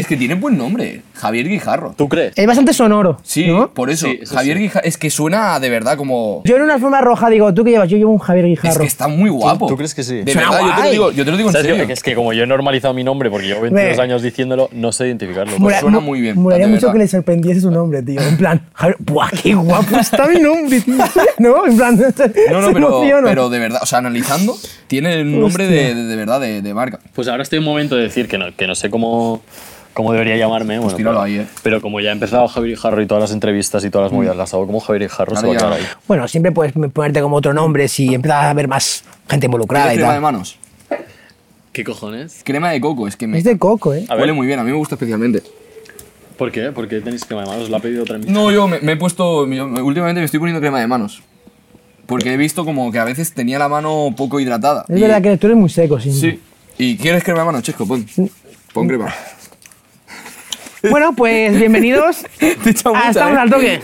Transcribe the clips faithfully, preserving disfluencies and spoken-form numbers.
es que tiene buen nombre, Javier Guijarro. ¿Tú crees? Es bastante sonoro. Sí, ¿no? por eso. Sí, eso Javier sí. Guijarro, es que suena de verdad como... Yo en una alfombra roja digo, ¿tú qué llevas? Yo llevo un Javier Es Guijarro. que está muy guapo. ¿Tú crees que sí? De Suena verdad, yo te lo guay. digo, yo te lo digo en ¿Sabes serio. qué? Es que como yo he normalizado mi nombre porque llevo veintidós Ve. años diciéndolo, no sé identificarlo. Mola- suena mo- muy bien, Molaría de mucho verdad. que le sorprendiese su nombre, tío. En plan, Javier, ¡buah, qué guapo está mi nombre, tío! ¿No? En plan, No, no, se pero, emociona. pero de verdad, o sea, analizando, tiene el nombre Hostia. de, de, de verdad de, de marca. Pues ahora estoy en un momento de decir que no, que no sé cómo, cómo debería llamarme. Bueno, tíralo pero, ahí, eh. pero como ya he empezado Javier Guijarro y todas las entrevistas y todas las movidas las hago como Javier Guijarro, se va a Ahora ya- quedar ahí. Bueno, siempre puedes ponerte como otro nombre si empiezas a ver más gente involucrada ¿Tienes y crema de tal. manos? ¿Qué cojones? Crema de coco, es que me Es de coco, ¿eh? A ver. huele muy bien, a mí me gusta especialmente. ¿Por qué? ¿Por qué tenéis crema de manos? ¿La ha pedido otra empresa? No, yo me, me he puesto, yo últimamente me estoy poniendo crema de manos. Porque he visto como que a veces tenía la mano poco hidratada. Es Y- verdad que tú eres muy seco, sí. Sí. ¿Y quieres crema de manos, Chesco? Pon. Pon crema. Bueno, pues bienvenidos Te he echado a mucha, Estamos ¿eh? al Toque.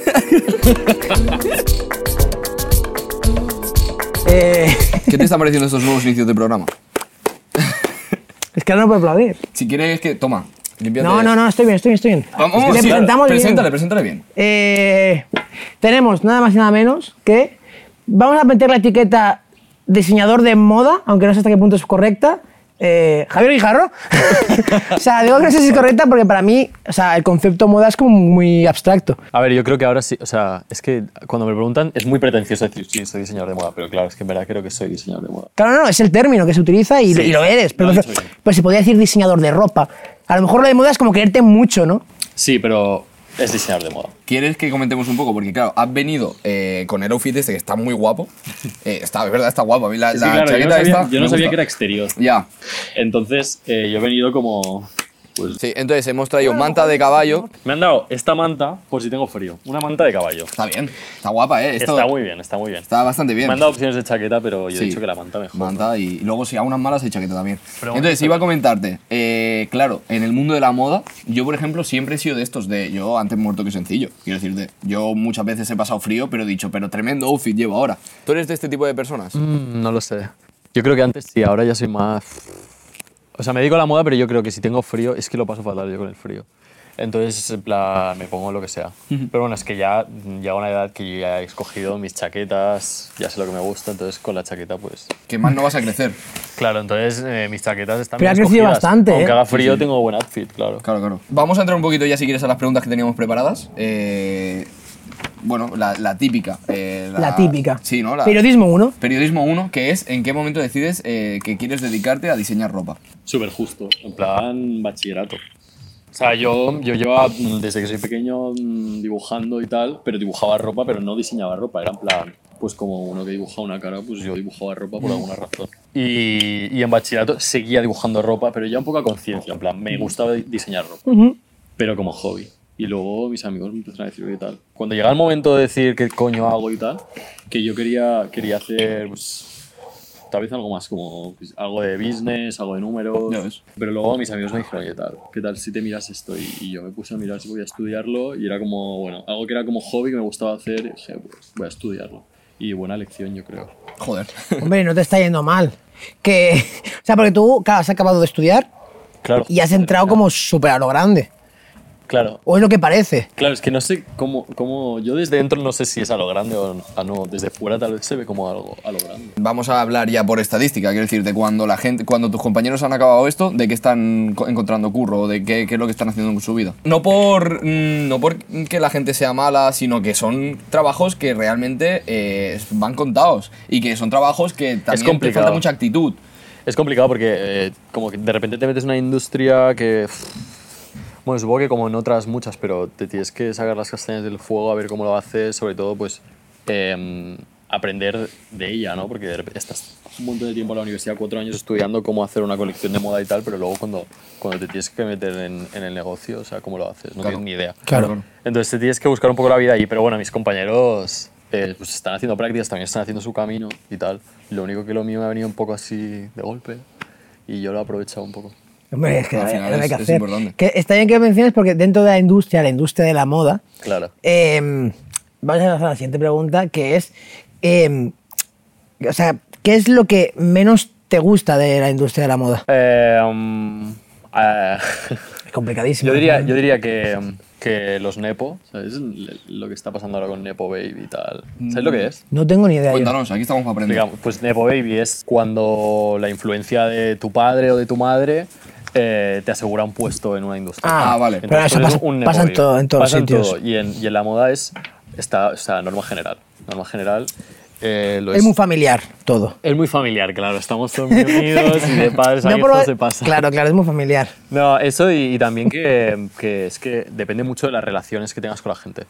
eh, ¿Qué te están pareciendo estos nuevos inicios de programa? es que ahora no puedo aplaudir. Si quieres que... Toma, límpiate. No, no, no, estoy bien, estoy bien, estoy bien. Vamos, Es que sí, le presentamos bien. preséntale, preséntale bien. Eh, tenemos nada más y nada menos que vamos a meter la etiqueta diseñador de moda, aunque no sé hasta qué punto es correcta. Eh, Javier Guijarro. O sea, digo que no sé si es correcta porque para mí, o sea, el concepto moda es como muy abstracto. A ver, yo creo que ahora sí, o sea, es que cuando me preguntan es muy pretencioso decir sí, soy diseñador de moda, pero claro, es que en verdad creo que soy diseñador de moda. Claro, no, es el término que se utiliza y, Sí, y lo eres. Pero, lo has dicho bien. pues se podría decir diseñador de ropa. A lo mejor lo de moda es como quererte mucho, ¿no? Sí, pero es diseñador de moda. ¿Quieres que comentemos un poco? Porque claro, has venido eh, con el outfit este que está muy guapo. Eh, está, es verdad, está guapo. A mí la, Es que, la claro, yo no chaqueta sabía, esta yo no me sabía gusta. que era exterior. Ya. Entonces, eh, yo he venido como... Pues, Sí, entonces hemos traído manta de caballo. me han dado esta manta por si tengo frío. Una manta de caballo. Está bien, está guapa, ¿eh? Esto Está muy bien, está muy bien. está bastante bien. Me han dado opciones de chaqueta, pero yo he Sí. dicho que la manta mejor. Manta y luego si a unas malas hay chaqueta también. Pero Entonces bueno, iba a comentarte, eh, claro, en el mundo de la moda, yo por ejemplo siempre he sido de estos de, yo antes muerto que sencillo, quiero decirte, yo muchas veces he pasado frío, pero he dicho, pero tremendo outfit llevo ahora. ¿Tú eres de este tipo de personas? Mm, no lo sé. Yo creo que antes sí, ahora ya soy más... O sea, me dedico a la moda, pero yo creo que si tengo frío es que lo paso fatal yo con el frío. Entonces, en plan, me pongo lo que sea. Pero bueno, es que ya llega una edad que yo ya he escogido mis chaquetas, ya sé lo que me gusta, entonces con la chaqueta pues... Que más no vas a crecer. Claro, entonces eh, mis chaquetas están Pero bien ha crecido escogidas. bastante, Aunque ¿eh? haga frío tengo buen outfit, claro. Claro, claro. Vamos a entrar un poquito ya si quieres a las preguntas que teníamos preparadas. Eh, bueno, la, la típica. eh, La típica. Sí, ¿no? La- Periodismo uno. Periodismo uno, que es en qué momento decides eh, que quieres dedicarte a diseñar ropa. Súper justo, en plan bachillerato. O sea, yo, yo llevaba mm, desde que soy pequeño mm, dibujando y tal, pero dibujaba ropa, pero no diseñaba ropa. Era en plan, pues como uno que dibuja una cara, pues yo dibujaba ropa por alguna razón. Y, y en bachillerato seguía dibujando ropa, pero ya un poco a conciencia, en plan, me gustaba di- diseñar ropa, Ujú. pero como hobby. Y luego mis amigos me empezaron a decir, ¿qué tal? Cuando llegaba el momento de decir qué coño hago y tal, que yo quería, quería hacer, pues, tal vez algo más como pues, algo de business, algo de números. Ya ves. Pero luego mis amigos me dijeron, ¿qué tal? ¿Qué tal si te miras esto? Y, y yo me puse a mirar si podía estudiarlo y era como, bueno, algo que era como hobby que me gustaba hacer y dije, pues voy a estudiarlo. Y buena lección, yo creo. Joder. Hombre, no te está yendo mal. Que, o sea, porque tú, claro, has acabado de estudiar Claro. y has entrado como súper a lo grande. Claro. O es lo que parece. Claro, es que no sé cómo, cómo... Yo desde dentro no sé si es a lo grande o a no. Desde fuera tal vez se ve como algo a lo grande. Vamos a hablar ya por estadística, quiero decir, de cuando la gente, cuando tus compañeros han acabado esto, de qué están co- encontrando curro, o de qué, qué es lo que están haciendo con su vida. No por, mm, no por que la gente sea mala, sino que son trabajos que realmente eh, van contados y que son trabajos que también te complicado. falta mucha actitud. Es complicado porque eh, como que de repente te metes en una industria que... Bueno, supongo que como en otras muchas, pero te tienes que sacar las castañas del fuego a ver cómo lo haces, sobre todo pues eh, aprender de ella, ¿no? Porque de repente estás un montón de tiempo en la universidad, cuatro años estudiando cómo hacer una colección de moda y tal, pero luego cuando, cuando te tienes que meter en, en el negocio, o sea, cómo lo haces, no Claro. tienes ni idea. Claro. Entonces te tienes que buscar un poco la vida ahí, pero bueno, mis compañeros eh, pues están haciendo prácticas, también están haciendo su camino y tal. Lo único que lo mío me ha venido un poco así de golpe y yo lo he aprovechado un poco. Hombre, es que Al no hay- final no hay es- que es hacer. importante. Que está bien que lo menciones porque dentro de la industria, la industria de la moda, Claro. eh, vamos a hacer la siguiente pregunta, que es, eh, o sea, ¿qué es lo que menos te gusta de la industria de la moda? Eh, um, eh, Es complicadísimo. Yo diría, al final. yo diría que, que los Nepo, ¿sabes? Lo que está pasando ahora con Nepo Baby y tal. ¿Sabes lo que es? No tengo ni idea. yo. Cuéntanos, aquí estamos para aprender. Digamos, pues Nepo Baby es cuando la influencia de tu padre o de tu madre eh, te asegura un puesto en una industria. Ah, Ah, vale. Pero eso tú eres pasa- un pasa en Nepo todo- Baby. en todos Pasa sitios. todo. Y, en, y en la moda es esta, o sea, norma general. Norma general eh, lo Es muy familiar todo. Es muy familiar, claro. Estamos todos muy unidos y de padres a No, hijos pero- se pasa. Claro, claro, es muy familiar. No, eso y, y también que, que es que depende mucho de las relaciones que tengas con la gente.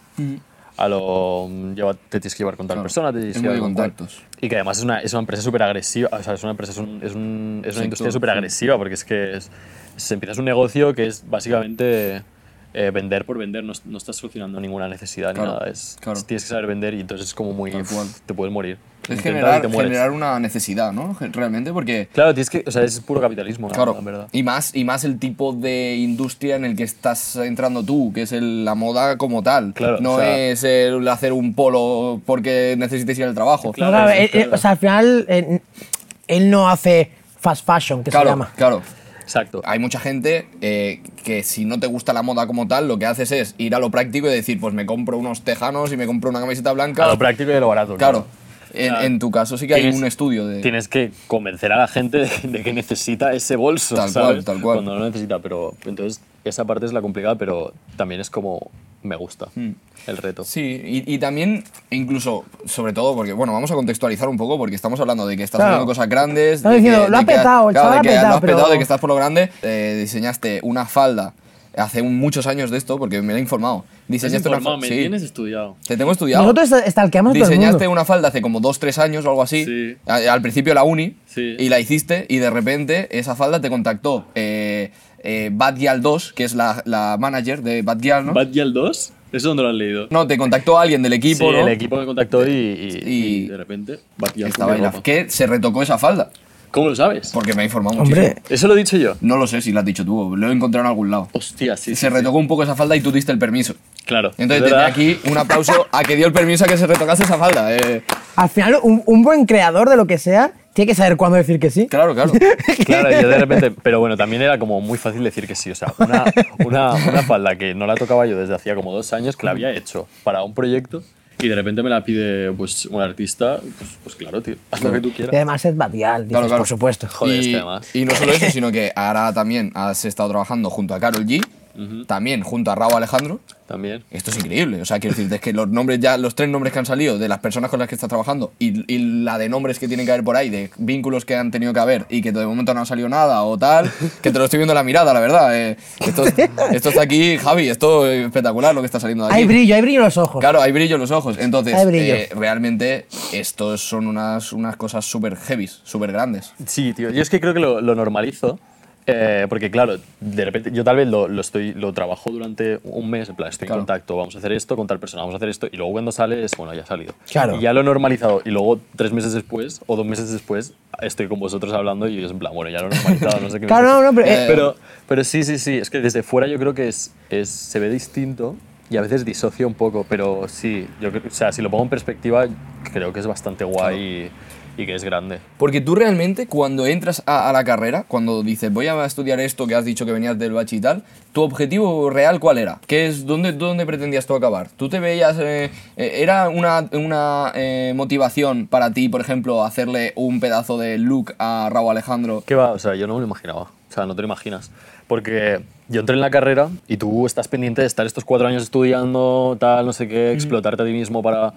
A lo lleva- te tienes que llevar con tal Claro. persona, te tienes Es que muy llevar de con cual. contactos. Y que además es una, es una empresa súper agresiva, o sea, es una empresa, es, un- es, un- es una Sector, industria súper sí. agresiva porque es que es, se empieza un negocio que es básicamente eh, vender por vender, no, no estás solucionando ninguna necesidad Claro, ni nada, es, claro. es- tienes que saber vender y entonces es como muy... Tal cual. te puedes morir. Es Intentas y generar, te mueres. generar una necesidad, ¿no? Gen- Realmente, porque... Claro, tienes que, o sea, es puro capitalismo, la- Claro, la verdad. y más, y más el tipo de industria en el que estás entrando tú, que es el- la moda como tal. Claro, no o sea- es el hacer un polo porque necesites ir al trabajo. Claro, No, claro, sí, eh, eh, claro. o sea, al final eh, él no hace fast fashion, que claro, se llama. claro. Exacto. Hay mucha gente eh, que si no te gusta la moda como tal, lo que haces es ir a lo práctico y decir, pues me compro unos tejanos y me compro una camiseta blanca. A lo práctico y a lo barato. Claro. En, Claro. en tu caso sí que hay Tienes- un estudio de... Tienes que convencer a la gente de, de que necesita ese bolso, Tal ¿sabes? cual, tal cual. Cuando no lo necesita, pero entonces esa parte es la complicada, pero también es como me gusta el reto. Sí, y, y también, incluso, sobre todo, porque, bueno, vamos a contextualizar un poco, porque estamos hablando de que estás Claro. haciendo cosas grandes. Estás de diciendo, que- lo ha de que- petado, el claro, chaval de ha que lo petado, has petado, pero- de que estás por lo grande. Eh, diseñaste una falda hace un- muchos años de esto, porque me lo he informado. Diseñaste una falda. me Sí, tienes estudiado. te tengo estudiado. Nosotros stalkeamos a todo el Diseñaste mundo. una falda hace como dos tres años o algo así, Sí. a- al principio de la uni, Sí. y la hiciste, y de repente esa falda te contactó eh, eh, Bad Gyal dos, que es la, la manager de Bad Gyal, ¿no? ¿Bad Gyal dos? ¿Eso dónde lo has leído? No, te contactó alguien del equipo, sí, ¿no? el equipo me contactó y, y- Y- y de repente Bad Gyal Estaba ahí la- ropa. que se retocó esa falda, ¿Cómo lo sabes? porque me ha informado muchísimo. Hombre, ¿Eso lo he dicho yo? No lo sé si lo has dicho tú, lo he encontrado en algún lado. Hostia, sí. se sí, retocó un poco esa falda y tú diste el permiso. sí. Claro. Entonces, es desde verdad. aquí, un aplauso a que dio el permiso a que se retocase esa falda. eh. al final, un, un buen creador de lo que sea tiene que saber cuándo decir que sí. Claro, claro. Claro, y yo de repente, pero bueno, también era como muy fácil decir que sí. O sea, una, una, una falda que no la tocaba yo desde hacía como dos años, que la había hecho para un proyecto, y de repente me la pide pues, un artista, pues, pues claro, tío, haz lo que tú Y quieras. además es batial, dices, Claro, claro. por supuesto. Joder, y, es que además. y no solo eso, sino que ahora también has estado trabajando junto a Karol G, también junto a Raúl Alejandro. También. Esto es increíble. O sea, quiero decirte, es que los nombres ya, los tres nombres que han salido de las personas con las que estás trabajando y, y la de nombres que tienen que haber por ahí, de vínculos que han tenido que haber y que de momento no ha salido nada o tal, que te lo estoy viendo en la mirada, la verdad. eh. Esto, esto está aquí, Javi, esto es espectacular lo que está saliendo de aquí. Hay brillo, hay brillo en los ojos. Claro, hay brillo en los ojos. Entonces, Hay brillo. eh, realmente, estos son unas, unas cosas súper heavies, súper grandes. Sí, tío. Yo es que creo que lo, lo normalizo. eh, porque claro, de repente yo tal vez lo, lo, estoy, lo trabajo durante un mes, en plan, estoy Claro. en contacto, vamos a hacer esto con tal persona, vamos a hacer esto, y luego cuando sale es, bueno, ya ha salido. Claro. Y ya lo he normalizado, y luego tres meses después, o dos meses después, estoy con vosotros hablando y es en plan, bueno, ya lo he normalizado, no sé qué me Claro, pasa. no, no, pero, Eh, eh, pero, pero sí, sí, sí, es que desde fuera yo creo que es, es, se ve distinto y a veces disocia un poco, pero sí, yo creo, o sea, si lo pongo en perspectiva, creo que es bastante guay y, y que es grande. Porque tú realmente, cuando entras a, a la carrera, cuando dices voy a estudiar esto que has dicho que venías del bachi y tal, ¿tu objetivo real cuál era? ¿Qué es, dónde, ¿Dónde pretendías tú acabar? ¿Tú te veías... eh, eh, ¿Era una, una eh, motivación para ti, por ejemplo, hacerle un pedazo de look a Raúl Alejandro? ¿Qué va? O sea, yo no me lo imaginaba. O sea, no te lo imaginas. Porque yo entré en la carrera y tú estás pendiente de estar estos cuatro años estudiando, tal, no sé qué, explotarte a ti mismo para,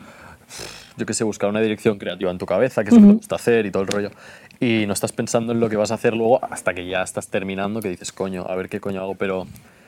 yo qué sé, buscar una dirección creativa en tu cabeza, que es lo que te gusta hacer y todo el rollo. Y no estás pensando en lo que vas a hacer luego hasta que ya estás terminando, que dices, coño, a ver qué coño hago. Pero,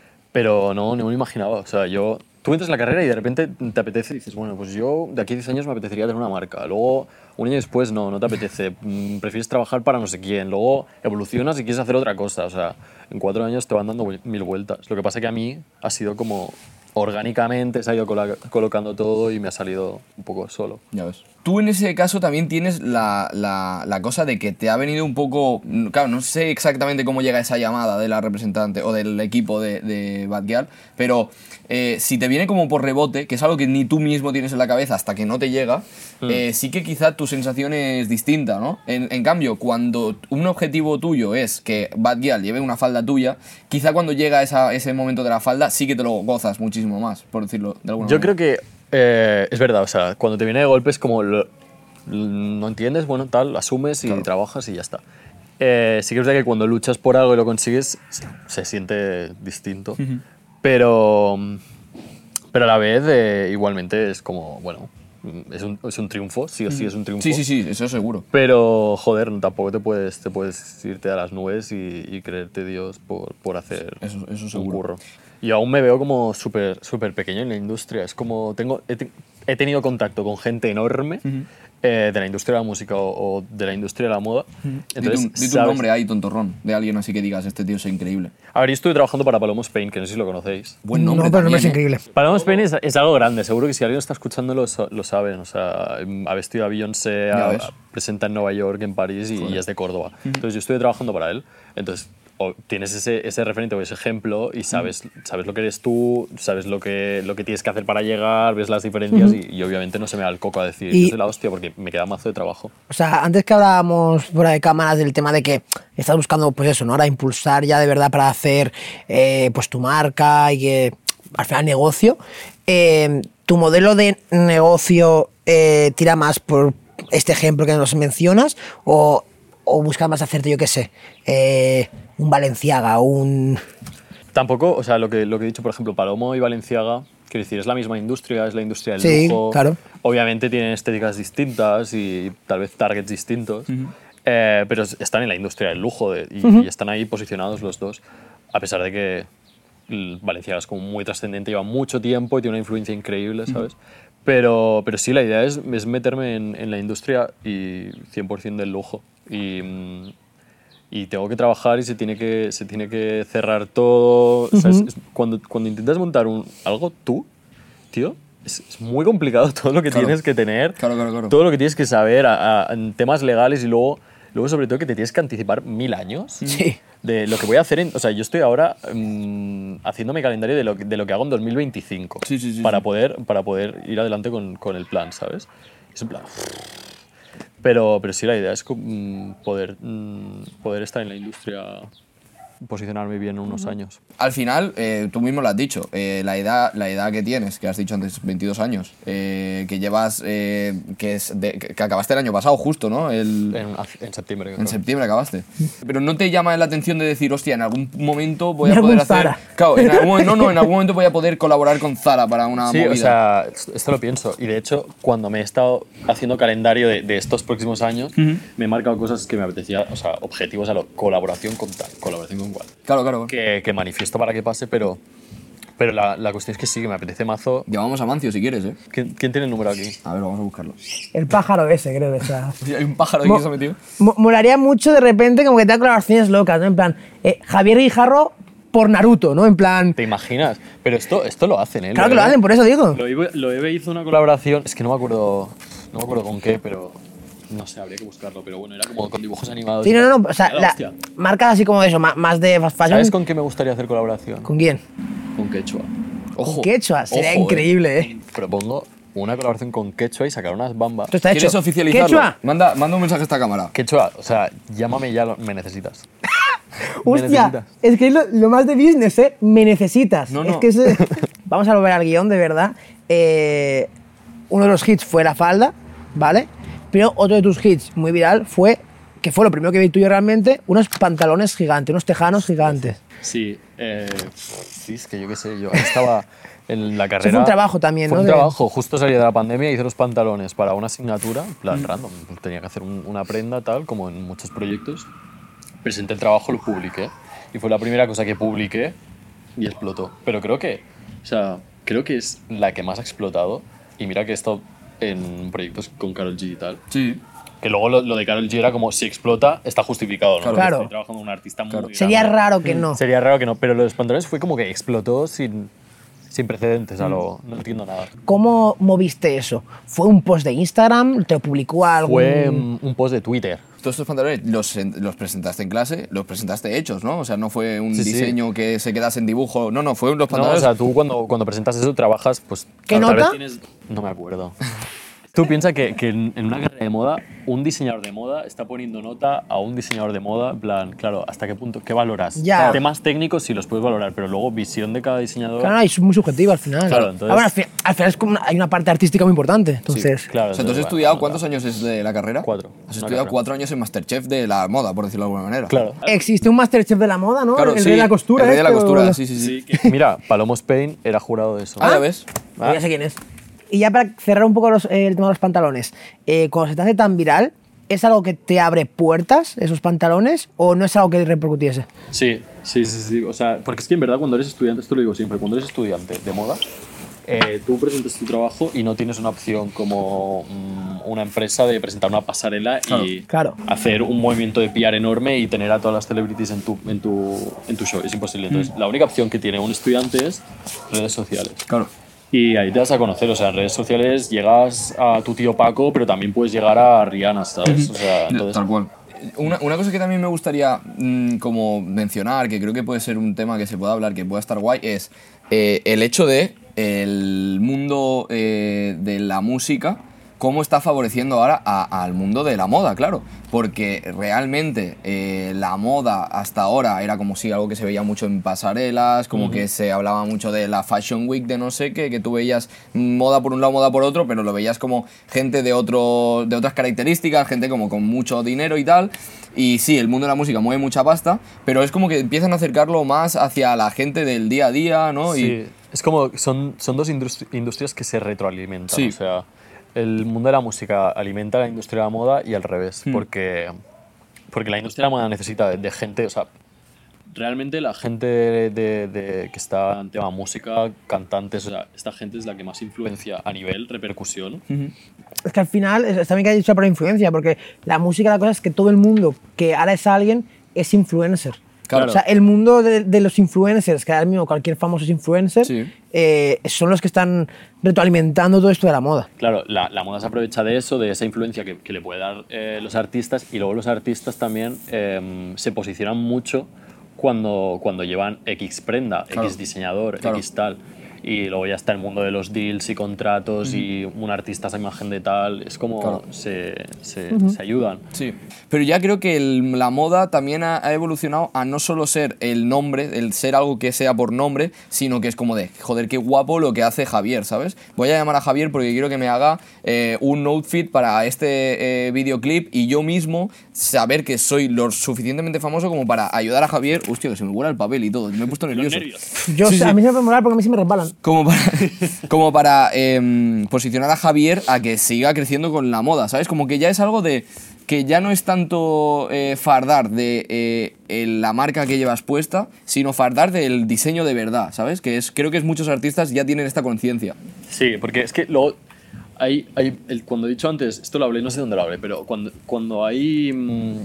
pero no, no me lo imaginaba. O sea, yo... Tú entras en la carrera y de repente te apetece y dices, bueno, pues yo de aquí a diez años me apetecería tener una marca. Luego, un año después, no, no te apetece. Mm, Prefieres trabajar para no sé quién. Luego evolucionas y quieres hacer otra cosa. O sea, en cuatro años te van dando vuel- mil vueltas. Lo que pasa que a mí ha sido como orgánicamente, se ha ido cola- colocando todo y me ha salido un poco solo. Ya ves. tú en ese caso también tienes la, la, la cosa de que te ha venido un poco... Claro, no sé exactamente cómo llega esa llamada de la representante o del equipo de, de Bad Gyal, pero eh, si te viene como por rebote, que es algo que ni tú mismo tienes en la cabeza hasta que no te llega, mm. eh, sí que quizá tu sensación es distinta, ¿no? En, en cambio, cuando un objetivo tuyo es que Bad Gyal lleve una falda tuya, quizá cuando llega esa, ese momento de la falda sí que te lo gozas muchísimo más, por decirlo de alguna Yo manera. creo que eh, es verdad, o sea, cuando te viene de golpe es como lo, no entiendes, bueno, tal, asumes y claro. trabajas y ya está. Eh, sí que es verdad que cuando luchas por algo y lo consigues se siente distinto, uh-huh. pero, pero a la vez eh, igualmente es como, bueno, es un, es un triunfo, sí o sí es un triunfo. Sí, sí, sí, eso seguro. Pero, joder, tampoco te puedes, te puedes irte a las nubes y, y creerte Dios por, por hacer eso, eso un curro. Y aún me veo como súper súper pequeño en la industria. Es como, tengo, he, he tenido contacto con gente enorme uh-huh. eh, de la industria de la música o, o de la industria de la moda. Uh-huh. Entonces, dite un nombre ahí, tontorrón, de alguien así que digas, este tío es increíble. A ver, yo estuve trabajando para Palomo Spain, que no sé si lo conocéis. Buen nombre, no, pero también, no es increíble. ¿eh? Palomo Spain es, es algo grande, seguro que si alguien está escuchando lo, lo saben. O sea, ha vestido a Beyoncé, a, a, presenta en Nueva York, en París y, y es de Córdoba. Uh-huh. Entonces yo estuve trabajando para él. Entonces o tienes ese, ese referente o ese ejemplo y sabes, sabes lo que eres tú, sabes lo que, lo que tienes que hacer para llegar, ves las diferencias uh-huh. y, y obviamente no se me da el coco a decir yo soy la hostia porque me queda mazo de trabajo. O sea, antes que hablábamos fuera de cámaras del tema de que estás buscando, pues eso, ¿no? Ahora impulsar ya de verdad para hacer eh, pues tu marca y que al final negocio. Eh, ¿Tu modelo de negocio eh, tira más por este ejemplo que nos mencionas o, o buscas más hacerte, yo qué sé, eh, un Balenciaga, un... Tampoco, o sea, lo que, lo que he dicho, por ejemplo, Palomo y Balenciaga, quiero decir, es la misma industria, es la industria del sí, lujo. Claro. Obviamente tienen estéticas distintas y tal vez targets distintos, uh-huh. eh, pero están en la industria del lujo de, y, uh-huh. y están ahí posicionados los dos, a pesar de que Balenciaga es como muy trascendente, lleva mucho tiempo y tiene una influencia increíble, ¿sabes? Uh-huh. Pero, pero sí, la idea es, es meterme en, en la industria y cien por ciento del lujo. Y... y tengo que trabajar y se tiene que, se tiene que cerrar todo. Uh-huh. O sea, es, es, cuando, cuando intentas montar un, algo tú, tío, es, es muy complicado todo lo que claro. tienes que tener, claro, claro, claro. todo lo que tienes que saber a, a, en temas legales y luego, luego sobre todo que te tienes que anticipar mil años sí. de lo que voy a hacer. En, o sea, yo estoy ahora mmm, haciéndome calendario de lo, de lo que hago en dos mil veinticinco sí, sí, sí, para, sí. Poder, para poder ir adelante con, con el plan, ¿sabes? Es un plan... Pero, pero sí, la idea es poder, poder estar en la industria, posicionarme bien en unos años. Al final, eh, tú mismo lo has dicho, eh, la, edad, la edad que tienes, que has dicho antes, veintidós años, eh, que llevas, eh, que, es de, que acabaste el año pasado justo, ¿no? El, en, en septiembre. En creo. septiembre acabaste. Pero ¿no te llama la atención de decir, hostia, en algún momento voy a poder hacer... Zara. Claro, en algún, no, no, en algún momento voy a poder colaborar con Zara para una sí, movida? Sí, o sea, esto lo pienso. Y de hecho, cuando me he estado haciendo calendario de, de estos próximos años, uh-huh. me he marcado cosas que me apetecía, o sea, objetivos a lo, colaboración con tal, colaboración con cual. Claro, claro. Que, que manifiesto para que pase, pero... Pero la, la cuestión es que sí, que me apetece mazo. Llamamos a Mancio si quieres, ¿eh? ¿Quién, ¿Quién tiene el número aquí? A ver, vamos a buscarlo. El pájaro ese, creo que está. Hay un pájaro aquí Mo que se ha metido. Mo molaría mucho de repente como que te da colaboraciones locas, ¿no? En plan, eh, Javier Guijarro por Naruto, ¿no? En plan... ¿Te imaginas? Pero esto, esto lo hacen, ¿eh? Claro lo que lo hacen, por eso digo. Lo Eve hizo una colaboración, es que no me acuerdo, no me acuerdo con qué, pero... No sé, habría que buscarlo, pero bueno, era como con dibujos animados. Sí, no, no, no, o sea, la, marcas así como de eso, más de fast fashion. ¿Sabes con qué me gustaría hacer colaboración? ¿Con quién? Con Quechua. Ojo. Con Quechua, sería Ojo, increíble, ¿eh? Propongo una colaboración con Quechua y sacar unas bambas. Esto está hecho. ¿Quieres oficializarlo? Quechua. Manda, manda un mensaje a esta cámara. Quechua, o sea, llámame ya, me necesitas. Hostia, me necesitas. Es que es lo, lo más de business, ¿eh? Me necesitas. No, no. Es que es, vamos a volver al guión, de verdad. Eh, uno de los hits fue La Falda, ¿vale? Pero otro de tus hits muy viral fue, que fue lo primero que vi tuyo realmente, unos pantalones gigantes, unos tejanos gigantes. Sí, eh, sí, es que yo qué sé, yo estaba en la carrera... Eso fue un trabajo también, fue ¿no? un de... trabajo, justo salí de la pandemia y hice los pantalones para una asignatura, en plan mm. random, tenía que hacer un, una prenda tal, como en muchos proyectos. Presenté el trabajo, lo publiqué, y fue la primera cosa que publiqué y explotó. Pero creo que, o sea, creo que es la que más ha explotado, y mira que he estado en proyectos con Karol G y tal. Sí. Que luego lo, lo de Karol G era como si explota, está justificado, ¿no? Claro. Estoy trabajando con un artista muy claro. grande. Sería raro que no. Sería raro que no, pero lo de los pantalones fue como que explotó sin, sin precedentes, a lo, no entiendo nada. ¿Cómo moviste eso? ¿Fue un post de Instagram? ¿Te lo publicó algún...? Fue mm, un post de Twitter. Todos estos pantalones los, los presentaste en clase, los presentaste hechos, ¿no? O sea, no fue un Sí, sí. diseño que se quedase en dibujo. No, no, fue los No, pantalones. o sea, tú cuando, cuando presentas eso trabajas, pues... ¿Qué tal nota? vez tienes- No me acuerdo. Tú piensas que, que en en una carrera de moda, un diseñador de moda está poniendo nota a un diseñador de moda, en plan, claro, ¿hasta qué punto? ¿Qué valoras? Ya. Temas técnicos sí los puedes valorar, pero luego visión de cada diseñador... Claro, es muy subjetivo al final. Claro, entonces- Ah, bueno, al, fi- al final es como una- hay una parte artística muy importante. Entonces, Claro, O sea, ¿tú has entonces, estudiado bueno, cuántos años es de la carrera? Cuatro. Has Una estudiado carrera. cuatro años en Masterchef de la moda, por decirlo de alguna manera. Claro. existe un Masterchef de la moda, ¿no? Claro, el sí, rey de la costura. El rey de la este, costura, o- sí, sí, sí. Sí, que- Mira, Palomo Spain era jurado de eso. Ah, ya ves. Ah, ya sé quién es. Y ya para cerrar un poco los- eh, el tema de los pantalones, eh, cuando se te hace tan viral, ¿es algo que te abre puertas, esos pantalones, o no es algo que repercutiese? Sí, sí, sí, sí. O sea, porque es que en verdad cuando eres estudiante, esto lo digo siempre, cuando eres estudiante de moda, eh, tú presentas tu trabajo y no tienes una opción como mm, una empresa de presentar una pasarela y Claro. hacer un movimiento de P R enorme y tener a todas las celebrities en tu, en tu, en tu show. Es imposible. Entonces, la única opción que tiene un estudiante es redes sociales. Claro. Y ahí te vas a conocer, o sea, en redes sociales llegas a tu tío Paco, pero también puedes llegar a Rihanna, ¿sabes? O sea, entonces, Tal cual. Una, una cosa que también me gustaría mm, como mencionar, que creo que puede ser un tema que se pueda hablar, que pueda estar guay, es eh, el hecho de el mundo eh, de la música, cómo está favoreciendo ahora a- al mundo de la moda, claro. Porque realmente eh, la moda hasta ahora era como si algo que se veía mucho en pasarelas, como que se hablaba mucho de la Fashion Week de no sé qué, que tú veías moda por un lado, moda por otro, pero lo veías como gente de, otro, de otras características, gente como con mucho dinero y tal. Y sí, el mundo de la música mueve mucha pasta, pero es como que empiezan a acercarlo más hacia la gente del día a día, ¿no? sí, Y, es como, son, son dos industri- industrias que se retroalimentan. Sí. O sea, el mundo de la música alimenta a la industria de la moda y al revés, porque, porque la industria de la moda necesita de, de gente, o sea, realmente la gente de, de- de- que está en tema música, cantantes, o sea, esta gente es la que más influencia a nivel repercusión. Es que al final, es- también que ha dicho la palabra influencia, porque la música, la cosa es que todo el mundo que ahora es alguien es influencer. Claro. O sea, el mundo de, de los influencers, que ahora mismo cualquier famoso es influencer, Sí. eh, son los que están retroalimentando todo esto de la moda. Claro, la, la moda se aprovecha de eso, de esa influencia que, que le puede dar eh, los artistas, y luego los artistas también eh, se posicionan mucho cuando, cuando llevan X prenda, Claro. X diseñador, Claro. X tal. Y luego ya está el mundo de los deals y contratos y un artista esa imagen de tal. Es como Claro. se, se, se ayudan. Sí, pero ya creo que el- la moda también ha, ha evolucionado a no solo ser el nombre, el ser algo que sea por nombre, sino que es como de, joder, qué guapo lo que hace Javier, ¿sabes? Voy a llamar a Javier porque quiero que me haga eh, un outfit para este eh, videoclip y yo mismo saber que soy lo suficientemente famoso como para ayudar a Javier. Hostia, que se me vuela el papel y todo, me he puesto nervioso. Yo, Sí, sé- sí. A mí se me puede molar porque a mí sí me resbalan. Como para, como para em, posicionar a Javier a que siga creciendo con la moda, ¿sabes? Como que ya es algo de que ya no es tanto eh, fardar de eh, el- la marca que llevas puesta, sino fardar del diseño de verdad, ¿sabes? Que es, creo que es muchos artistas ya tienen esta conciencia. Sí, porque es que luego hay, hay el, cuando he dicho antes, esto lo hablé, no sé dónde lo hablé, pero cuando, cuando hay mm,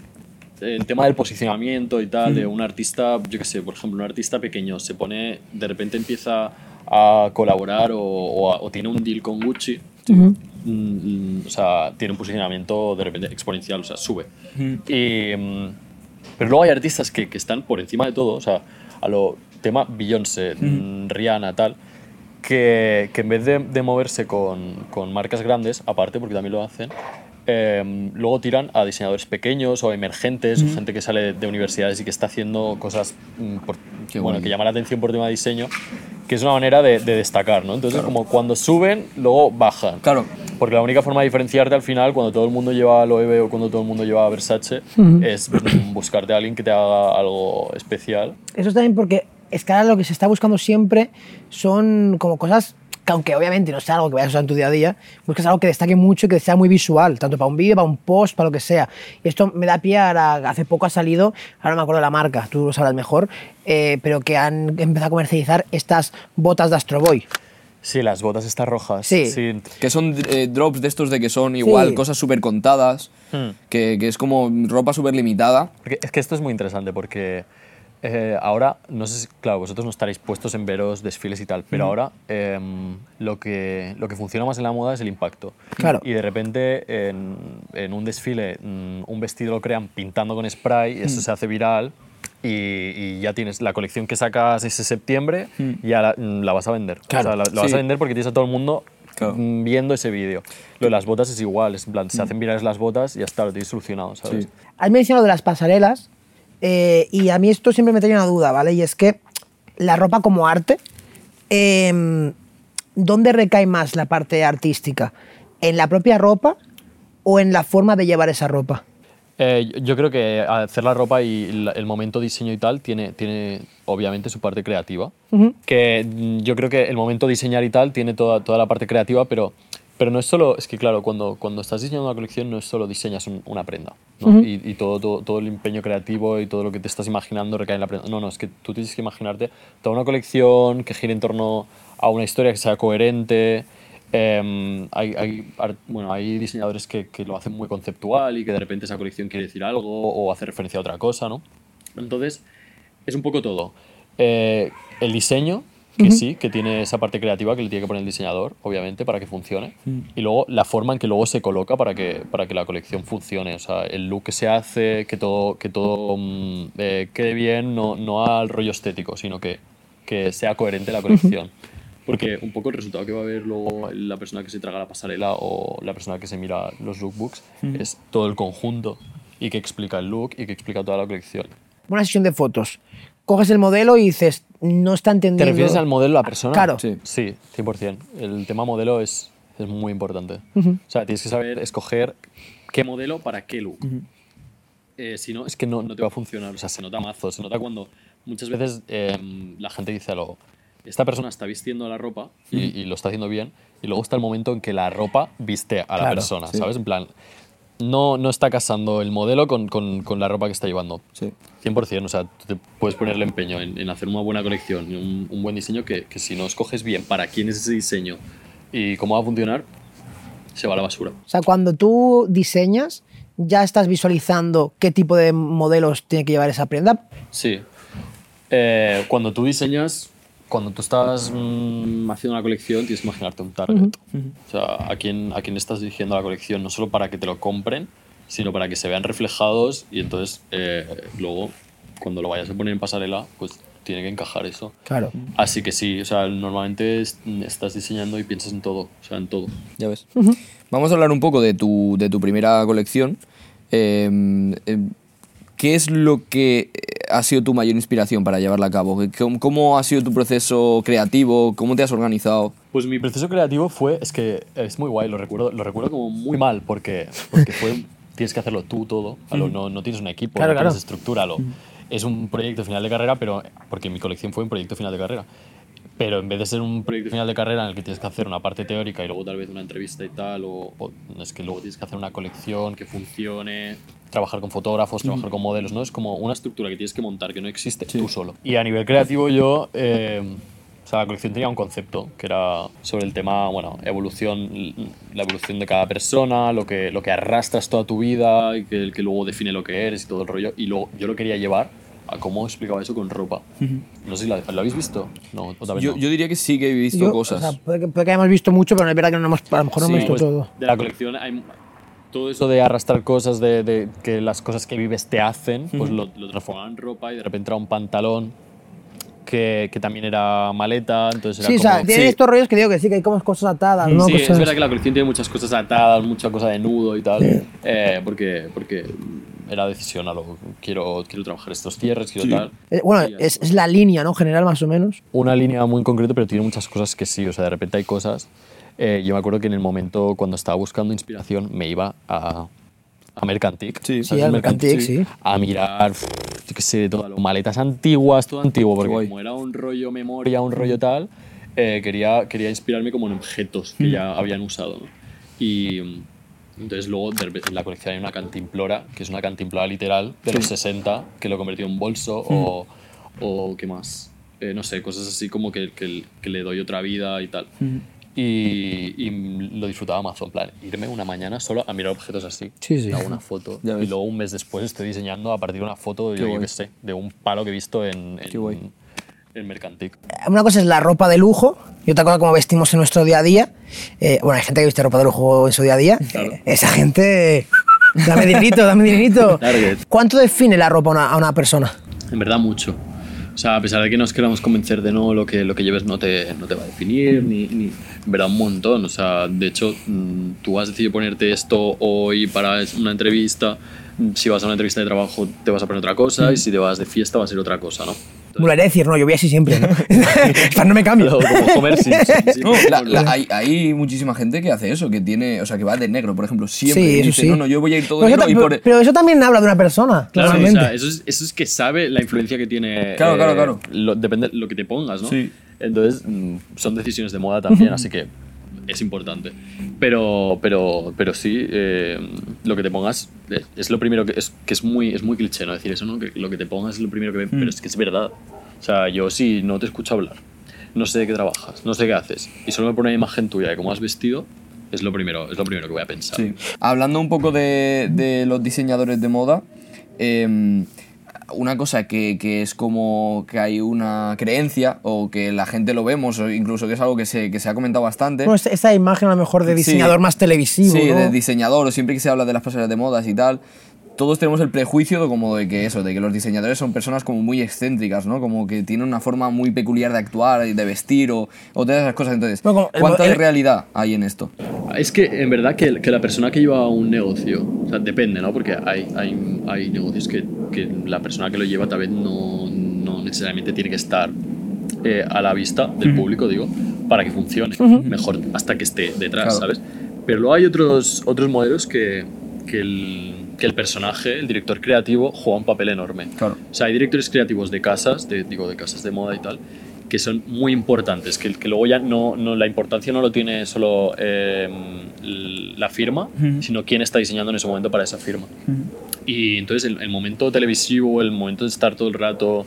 el tema del posicionamiento y tal, de un artista, yo qué sé, por ejemplo, un artista pequeño se pone, de repente empieza a colaborar o, o, a- o tiene un deal con Gucci, mm, mm, o sea, tiene un posicionamiento de repente exponencial, o sea, sube. Y, mm, pero luego hay artistas que, que están por encima de todo, o sea, a lo tema Beyoncé, mm, Rihanna, tal, que, que en vez de, de moverse con, con marcas grandes, aparte, porque también lo hacen, eh, luego tiran a diseñadores pequeños o emergentes, o gente que sale de universidades y que está haciendo cosas mm, por- Qué bueno, guay. que llama la atención por tema de diseño, que es una manera de, de destacar, ¿no? Entonces, como cuando suben, luego bajan. Claro. Porque la única forma de diferenciarte al final, cuando todo el mundo lleva Loewe o cuando todo el mundo lleva Versace, es mm, buscarte a alguien que te haga algo especial. Eso es también porque es que ahora lo que se está buscando siempre son como cosas que, aunque obviamente no sea algo que vayas a usar en tu día a día, buscas algo que destaque mucho y que sea muy visual, tanto para un vídeo, para un post, para lo que sea. Y esto me da pie a, hace poco ha salido, ahora no me acuerdo de la marca, tú lo sabrás mejor, eh, pero que han empezado a comercializar estas botas de Astro Boy. Sí, las botas estas rojas. Sí. Que son eh, drops de estos de que son igual Sí. cosas súper contadas, Hmm. que, que es como ropa súper limitada. Porque es que esto es muy interesante porque Eh, ahora, no sé si, claro, vosotros no estaréis puestos en veros desfiles y tal, pero ahora eh, lo, que, lo que funciona más en la moda es el impacto. Claro. Y de repente en, en un desfile mm, un vestido lo crean pintando con spray y eso se hace viral y, y ya tienes la colección que sacas ese septiembre, ya la, la vas a vender. Claro. O sea, la, la vas Sí. a vender porque tienes a todo el mundo Claro. mm, viendo ese vídeo. Lo de las botas es igual, es en plan, se hacen virales las botas y ya está, lo tienes solucionado, ¿sabes? Sí. Has mencionado de las pasarelas eh, y a mí esto siempre me trae una duda, ¿vale? Y es que la ropa como arte, eh, ¿dónde recae más la parte artística? ¿En la propia ropa o en la forma de llevar esa ropa? Eh, yo creo que hacer la ropa y la- el momento diseño y tal tiene, tiene obviamente su parte creativa. Que mm, yo creo que el momento diseñar y tal tiene toda, toda la parte creativa, pero, pero no es solo. Es que, claro, cuando, cuando estás diseñando una colección no es solo diseñas un- una prenda, ¿no? Y, y todo, todo, todo el empeño creativo y todo lo que te estás imaginando recae en la prenda. No, no, es que tú tienes que imaginarte toda una colección que gire en torno a una historia que sea coherente. Eh, hay, hay, ar- bueno, hay diseñadores que, que lo hacen muy conceptual y que de repente esa colección quiere decir algo o hace referencia a otra cosa, ¿no? Entonces, es un poco todo. Eh, el diseño, que sí, que tiene esa parte creativa que le tiene que poner el diseñador, obviamente, para que funcione. Y luego la forma en que luego se coloca para que, para que la colección funcione. O sea, el look que se hace, que todo, que todo mm, eh, quede bien, no, no al rollo estético, sino que, que sea coherente la colección. Porque un poco el resultado que va a ver luego la persona que se traga la pasarela o la persona que se mira los lookbooks es todo el conjunto y que explica el look y que explica toda la colección. Una sesión de fotos. Coges el modelo y dices, no está entendiendo. ¿Te refieres al modelo de la persona? Claro. Sí. Sí, cien por ciento. El tema modelo es, es muy importante. O sea, tienes que saber escoger qué modelo para qué look. Eh, si no, es que no, no te va a funcionar. O sea, se nota mazo. Se nota cuando muchas veces eh, la gente dice algo. Esta persona está vistiendo la ropa y, y lo está haciendo bien. Y luego está el momento en que la ropa viste a la Claro, persona, sí. ¿sabes? En plan, no, no está casando el modelo con, con, con la ropa que está llevando. Sí. cien por ciento, o sea, tú te puedes ponerle empeño en, en hacer una buena colección y un, un buen diseño que, que si no escoges bien para quién es ese diseño y cómo va a funcionar, se va a la basura. O sea, cuando tú diseñas, ya estás visualizando qué tipo de modelos tiene que llevar esa prenda. Sí. Eh, cuando tú diseñas, cuando tú estás mm, haciendo una colección, tienes que imaginarte un target. O sea, a quién, a quién estás dirigiendo la colección, no solo para que te lo compren, sino para que se vean reflejados y entonces eh, luego, cuando lo vayas a poner en pasarela, pues tiene que encajar eso. Claro. Así que sí, o sea, normalmente es- estás diseñando y piensas en todo, o sea, en todo. Ya ves. Vamos a hablar un poco de tu, de tu primera colección. Eh, eh, ¿Qué es lo que ha sido tu mayor inspiración para llevarla a cabo? ¿Cómo, cómo ha sido tu proceso creativo? ¿Cómo te has organizado? Pues mi proceso creativo fue, es que es muy guay, lo recuerdo, lo recuerdo como muy mal, porque, porque fue, tienes que hacerlo tú todo, a lo- no, no tienes un equipo, Claro, no claro. tienes estructura, lo- es un proyecto final de carrera, pero porque mi colección fue un proyecto final de carrera. Pero en vez de ser un proyecto final de carrera en el que tienes que hacer una parte teórica y luego tal vez una entrevista y tal, o, o es que luego tienes que hacer una colección que funcione, trabajar con fotógrafos, trabajar con modelos, ¿no? Es como una estructura que tienes que montar, que no existe tú solo. Y a nivel creativo yo, eh, o sea, la colección tenía un concepto que era sobre el tema, bueno, evolución, la evolución de cada persona, lo que, lo que arrastras toda tu vida y que, que luego define lo que eres y todo el rollo. Y luego yo lo quería llevar a cómo explicaba eso con ropa. No sé si la- lo habéis visto. No, o tal vez Yo, no. yo diría que sí que he visto Yo, cosas. o sea, puede, que, puede que hayamos visto mucho, pero es verdad que no hemos, a lo mejor no Sí, hemos visto pues, todo. de la colección hay todo eso de arrastrar cosas, de, de que las cosas que vives te hacen, pues lo, lo transformaban en ropa y de repente era un pantalón que, que también era maleta, entonces era Sí, o como... sea, tiene sí. estos rollos que digo que sí, que hay como cosas atadas, ¿no? Sí, Cosas- es verdad que la colección tiene muchas cosas atadas, mucha cosa de nudo y tal, eh, porque, porque era decisión a lo quiero, quiero trabajar estos cierres, quiero Sí. tal. Eh, bueno, Y ya es, está. es la línea, ¿no? General, más o menos. Una línea muy en concreto, pero tiene muchas cosas que sí, o sea, de repente hay cosas... eh, yo me acuerdo que en el momento cuando estaba buscando inspiración me iba a, a Mercantic, Sí. ¿sabes Sí, el al Mercantic, sí. a mirar, pf, yo qué sé, todas las maletas antiguas, todo antiguo, porque guay. como era un rollo memoria, un rollo tal, eh, quería, quería inspirarme como en objetos que ya habían usado, ¿no? Y mm, entonces luego de repente en la colección hay una cantimplora, que es una cantimplora literal de los sesenta, que lo convertí en un bolso o, o qué más, Eh, no sé, cosas así como que, que, que le doy otra vida y tal. Y, y lo disfrutaba mazo, en plan, irme una mañana solo a mirar objetos así, Sí, sí. hago una foto, Ya y ves. luego un mes después estoy diseñando a partir de una foto, yo, guay. yo qué sé, de un palo que he visto en, en, Qué guay. en Mercantic. Una cosa es la ropa de lujo y otra cosa como vestimos en nuestro día a día. Eh, bueno, hay gente que viste ropa de lujo en su día a día. Claro. Eh, esa gente... Dame dinerito, dame dinerito. Target. ¿Cuánto define la ropa a una, a una persona? En verdad mucho. O sea, a pesar de que nos queramos convencer de no, lo que, lo que lleves no te, no te va a definir, ni, ni, en verdad un montón. O sea, de hecho, mmm, tú has decidido ponerte esto hoy para una entrevista. Si vas a una entrevista de trabajo te vas a poner otra cosa, y si te vas de fiesta va a ser otra cosa, ¿no? Volaré a decir, no, yo voy así siempre, ¿no? Para no me cambio. Como comer Simpson. Sí, No, la- la- la- hay, hay muchísima gente que hace eso, que tiene, o sea, que va de negro, por ejemplo, siempre. Sí, y eso dice, sí. no, no, yo voy a ir todo Pero eso, negro ta- y pero- por... pero eso también habla de una persona, Claro, o normalmente. sea, eso es, eso es que sabe la influencia que tiene. Claro, claro, claro. Lo, depende de lo que te pongas, ¿no? Sí. Entonces, mm, son decisiones de moda también, así que es importante. Pero, pero, pero sí, eh, lo que te pongas es, es lo primero que es, que es muy, es muy cliché, ¿no? Decir eso, ¿no? Que lo que te pongas es lo primero que ven, pero es que es verdad. O sea, yo si no te escucho hablar, no sé de qué trabajas, no sé qué haces, y solo me pone una imagen tuya de cómo has vestido, es lo primero, es lo primero que voy a pensar. Sí. Hablando un poco de, de los diseñadores de moda, eh, una cosa que, que es como que hay una creencia o que la gente lo vemos o incluso que es algo que se, que se ha comentado bastante. Bueno, esa- esa imagen a lo mejor de Sí. diseñador más televisivo, Sí, ¿no? de diseñador o siempre que se habla de las pasarelas de modas y tal. Todos tenemos el prejuicio de como de que eso, de que los diseñadores son personas como muy excéntricas, ¿no? Como que tienen una forma muy peculiar de actuar y de vestir o, o todas esas cosas. Entonces, Bueno, como el- ¿cuánta el- de realidad hay en esto? Es que en verdad que, que la persona que lleva un negocio, o sea, depende, ¿no? Porque hay, hay, hay negocios que, que la persona que lo lleva tal vez no, no necesariamente tiene que estar eh, a la vista del público, digo, para que funcione. Mejor hasta que esté detrás, Claro. ¿sabes? Pero luego hay otros, otros modelos que, que, el, que el personaje, el director creativo, juega un papel enorme. Claro. O sea, hay directores creativos de casas, de, digo, de casas de moda y tal, que son muy importantes, que, que luego ya no, no, la importancia no lo tiene solo eh, la firma, sino quién está diseñando en ese momento para esa firma. Y entonces el, el momento televisivo, el momento de estar todo el rato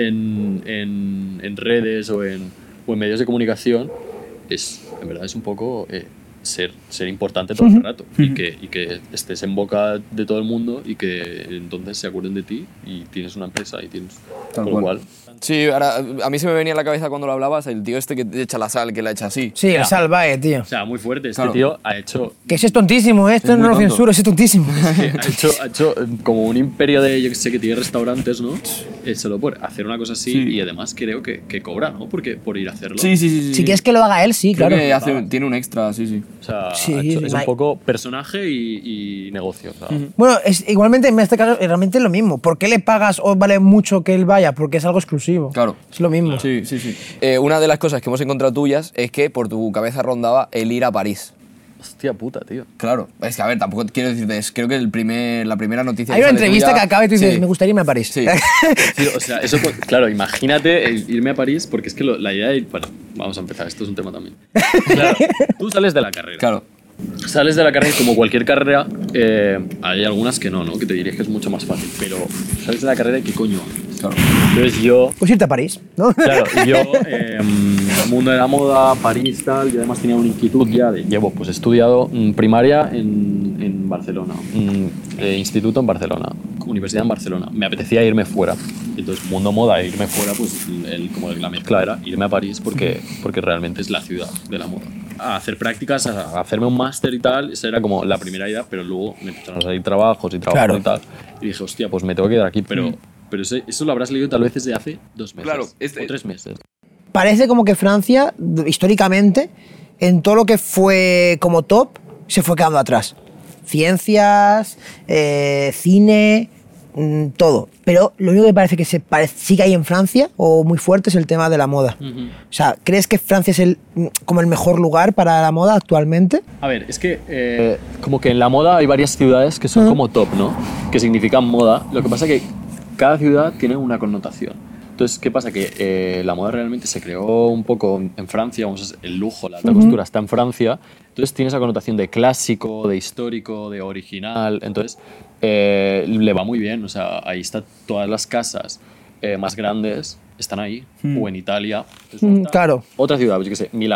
en, en, en redes o en, o en medios de comunicación, es, en verdad es un poco eh, ser, ser importante todo el rato y, que, y que estés en boca de todo el mundo y que entonces se acuerden de ti y tienes una empresa y tienes... Tal con lo cual. cual, Sí, ahora a mí se me venía a la cabeza cuando lo hablabas el tío este que te echa la sal, que la echa así. Sí, el salvaje, tío. o sea, muy fuerte. Este Claro. tío ha hecho, Que ese es tontísimo, ¿eh? Esto Es no muy lo tonto. censuro, ese es tontísimo. que ha hecho, ha hecho eh, como un imperio de, yo que sé, que tiene restaurantes, ¿no? Eh, solo por hacer una cosa así Sí. y además creo que, que cobra, ¿no? Porque por ir a hacerlo. Sí, sí, sí. sí. Si quieres que lo haga él, sí, Creo claro. que hace, tiene un extra, sí, sí. O sea, Sí, ha hecho- es un hay- poco personaje y, y negocio. O sea, Bueno, es, igualmente en este caso es realmente lo mismo. ¿Por qué le pagas o vale mucho que él vaya? Porque es algo exclusivo. Claro. Es lo mismo. Sí, sí, sí. Eh, una de las cosas que hemos encontrado tuyas es que por tu cabeza rondaba el ir a París. hostia puta, tío. Claro, es que a ver, tampoco quiero decirte, es, creo que el primer, la primera noticia Hay que una sale entrevista tuya- que acaba y tú dices, Sí. me gustaría irme a París. Sí. Sí, o sea, eso, pues, claro, imagínate el irme a París, porque es que lo- la idea de ir. Bueno, vamos a empezar, esto es un tema también. Claro, tú sales de la carrera. Claro. Sales de la carrera y como cualquier carrera, eh, hay algunas que no, ¿no? Que te dirías que es mucho más fácil. Pero sales de la carrera y ¿qué coño haces? Claro. Entonces yo, Pues irte a París, ¿no? claro, yo, eh, mundo de la moda, París, tal, yo además tenía una inquietud ya de, llevo, pues he estudiado mm, primaria en, en Barcelona, mm, eh, instituto en Barcelona, universidad en Barcelona, me apetecía irme fuera, entonces mundo moda, irme fuera, pues el, como la mezcla era irme a París porque, porque realmente es la ciudad de la moda. A hacer prácticas, a hacerme un máster y tal, esa era como la primera idea, pero luego me empezaron a salir trabajos y trabajos Claro. y tal, y dije, hostia, pues me tengo que quedar aquí, pero... Pero eso, eso lo habrás leído tal vez desde hace dos meses. Claro, este- o tres meses. Parece como que Francia, históricamente, en todo lo que fue como top, se fue quedando atrás. Ciencias, eh, cine, mm, todo. Pero lo único que parece que se parece, sí que hay en Francia, o muy fuerte, es el tema de la moda. Ujú. O sea, ¿crees que Francia es el, mm, como el mejor lugar para la moda actualmente? A ver, es que eh, como que en la moda hay varias ciudades que son como top, ¿no? Que significan moda. Lo que pasa es que cada ciudad tiene una connotación. Entonces, ¿qué pasa? Que eh, la moda realmente se creó un poco en Francia, vamos, el lujo, la alta costura está en Francia, entonces tiene esa connotación de clásico, de histórico, de original, entonces eh, le va muy bien, o sea, ahí están todas las casas eh, más grandes, están ahí, o en Italia. Entonces, Mm, otra- claro. Otra ciudad, pues yo qué sé, Milán,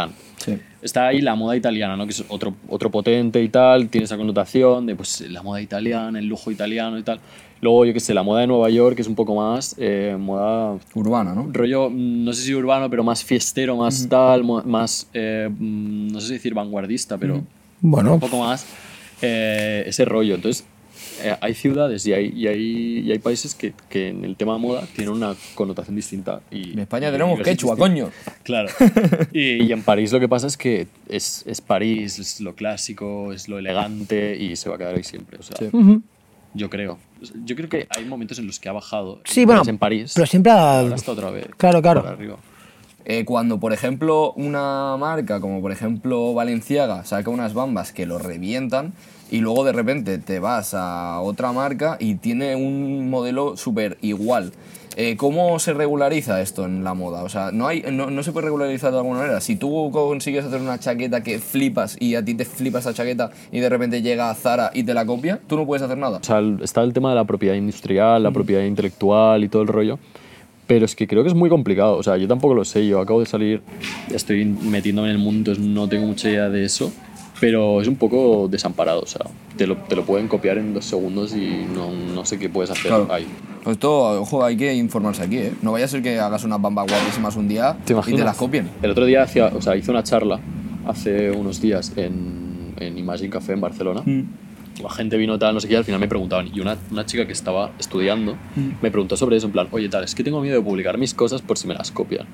Sí. Está ahí la moda italiana, ¿no? Que es otro, otro potente y tal, tiene esa connotación de pues, la moda italiana, el lujo italiano y tal. Luego, yo qué sé, la moda de Nueva York, que es un poco más eh, moda... Urbana, ¿no? Rollo, no sé si urbano, pero más fiestero, más tal, mo- más, eh, no sé si decir vanguardista, pero Bueno. un poco más eh, ese rollo. Entonces, eh, hay ciudades y hay, y hay, y hay países que, que en el tema de moda tienen una connotación distinta. Y, En España y tenemos universos quechua, distintos. coño. Claro. Y, y en París lo que pasa es que es, es París, es lo clásico, es lo elegante y se va a quedar ahí siempre. O sea, Sí. yo creo. O sea, Yo creo que hay momentos en los que ha bajado. Sí, bueno, en París. pero siempre ha- Ahora está otra vez. Claro, claro. para arriba. Eh, cuando, por ejemplo, una marca como por ejemplo Balenciaga saca unas bambas que lo revientan y luego de repente te vas a otra marca y tiene un modelo súper igual. Eh, ¿Cómo se regulariza esto en la moda? O sea, ¿no, hay, no, no se puede regularizar de alguna manera. Si tú consigues hacer una chaqueta que flipas y a ti te flipa esa chaqueta y de repente llega Zara y te la copia, tú no puedes hacer nada. O sea, el- está el tema de la propiedad industrial, la propiedad intelectual y todo el rollo. Pero es que creo que es muy complicado. O sea, yo tampoco lo sé. Yo acabo de salir, estoy metiéndome en el mundo, entonces no tengo mucha idea de eso. Pero es un poco desamparado. O sea, te lo, te lo pueden copiar en dos segundos y no, no sé qué puedes hacer Claro. ahí. Pues esto, ojo, hay que informarse aquí, ¿eh? No vaya a ser que hagas unas bambas guapísimas un día ¿Te y imaginas? te las copien. El otro día hacía, o sea, hice una charla hace unos días en, en Imagine Café en Barcelona. La gente vino tal, no sé qué, y al final me preguntaban. Y una, una chica que estaba estudiando me preguntó sobre eso, en plan, oye, tal, es que tengo miedo de publicar mis cosas por si me las copian.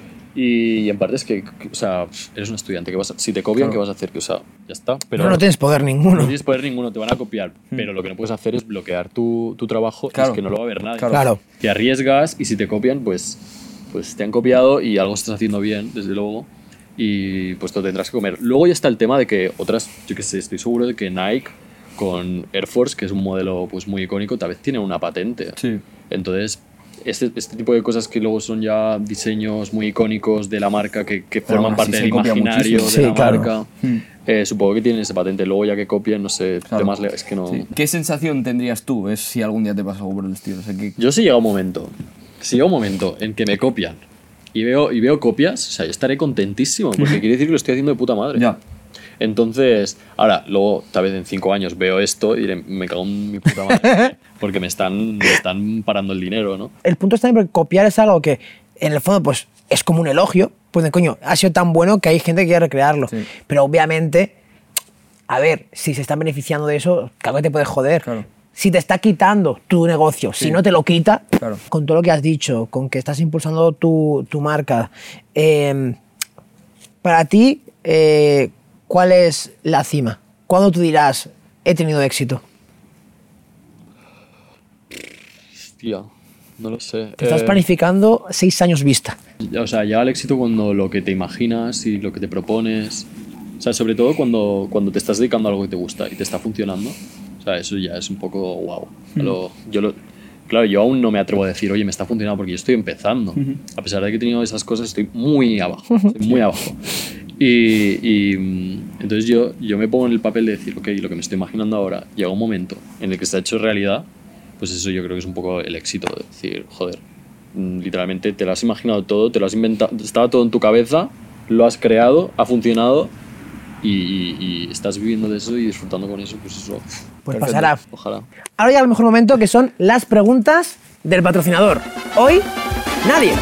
Y, y en parte es que, que, o sea, eres un estudiante, ¿qué vas a- si te copian, Claro. ¿qué vas a hacer? Que, o sea, ya está. Pero No, no tienes poder no ninguno. tienes poder ninguno, te van a copiar. Pero lo que no puedes hacer es bloquear tu, tu trabajo, y Claro. es que no lo va a ver nadie. Claro. Claro. Te arriesgas y si te copian, pues, pues te han copiado y algo estás haciendo bien, desde luego, y pues te lo tendrás que comer. Luego ya está el tema de que otras, yo qué sé, estoy seguro de que Nike con Air Force, que es un modelo pues muy icónico, tal vez tiene una patente. Sí. Entonces, este, este tipo de cosas que luego son ya diseños muy icónicos de la marca que, que Pero forman aún así parte se del copia imaginario de muchísimo. la Sí, claro. marca, Hmm. eh, supongo que tienen esa patente. Luego ya que copian, no sé, Claro. temas legales, es que no... Sí. ¿Qué sensación tendrías tú es si algún día te pasa algo por el estilo? O sea, que... Yo si llega un momento, si llega un momento en que me copian y veo, y veo copias, o sea, yo estaré contentísimo, porque quiere decir que lo estoy haciendo de puta madre. Ya. Entonces, ahora, luego, tal vez en cinco años veo esto y diré, me cago en mi puta madre, porque me están, me están parando el dinero, ¿no? El punto está también porque copiar es algo que, en el fondo, pues es como un elogio. Pues, de coño, ha sido tan bueno que hay gente que quiere recrearlo. Sí. Pero obviamente, a ver, si se están beneficiando de eso, claro que te puedes joder. Claro. Si te está quitando tu negocio, Sí. si no te lo quita, Claro. con todo lo que has dicho, con que estás impulsando tu, tu marca, eh, para ti, eh, ¿cuál es la cima? ¿Cuándo tú dirás, he tenido éxito? Hostia, no lo sé. Te estás Eh, planificando seis años vista. O sea, llega el éxito cuando lo que te imaginas y lo que te propones. O sea, sobre todo cuando, cuando te estás dedicando a algo que te gusta y te está funcionando. O sea, eso ya es un poco wow. Lo- yo lo, claro, yo aún no me atrevo a decir, oye, me está funcionando porque yo estoy empezando. A pesar de que he tenido esas cosas, estoy muy abajo. Estoy muy abajo. Y, y, mm, entonces yo, yo me pongo en el papel de decir, ok, lo que me estoy imaginando ahora, llega un momento en el que se ha hecho realidad, pues eso yo creo que es un poco el éxito. De decir, joder, mm, literalmente te lo has imaginado todo, te lo has inventado, estaba todo en tu cabeza, lo has creado, ha funcionado y, y- y estás viviendo de eso y disfrutando con eso, pues eso, Pues Perfecto. pasará. ojalá. Ahora llega el mejor momento, que son las preguntas del patrocinador. Hoy, nadie.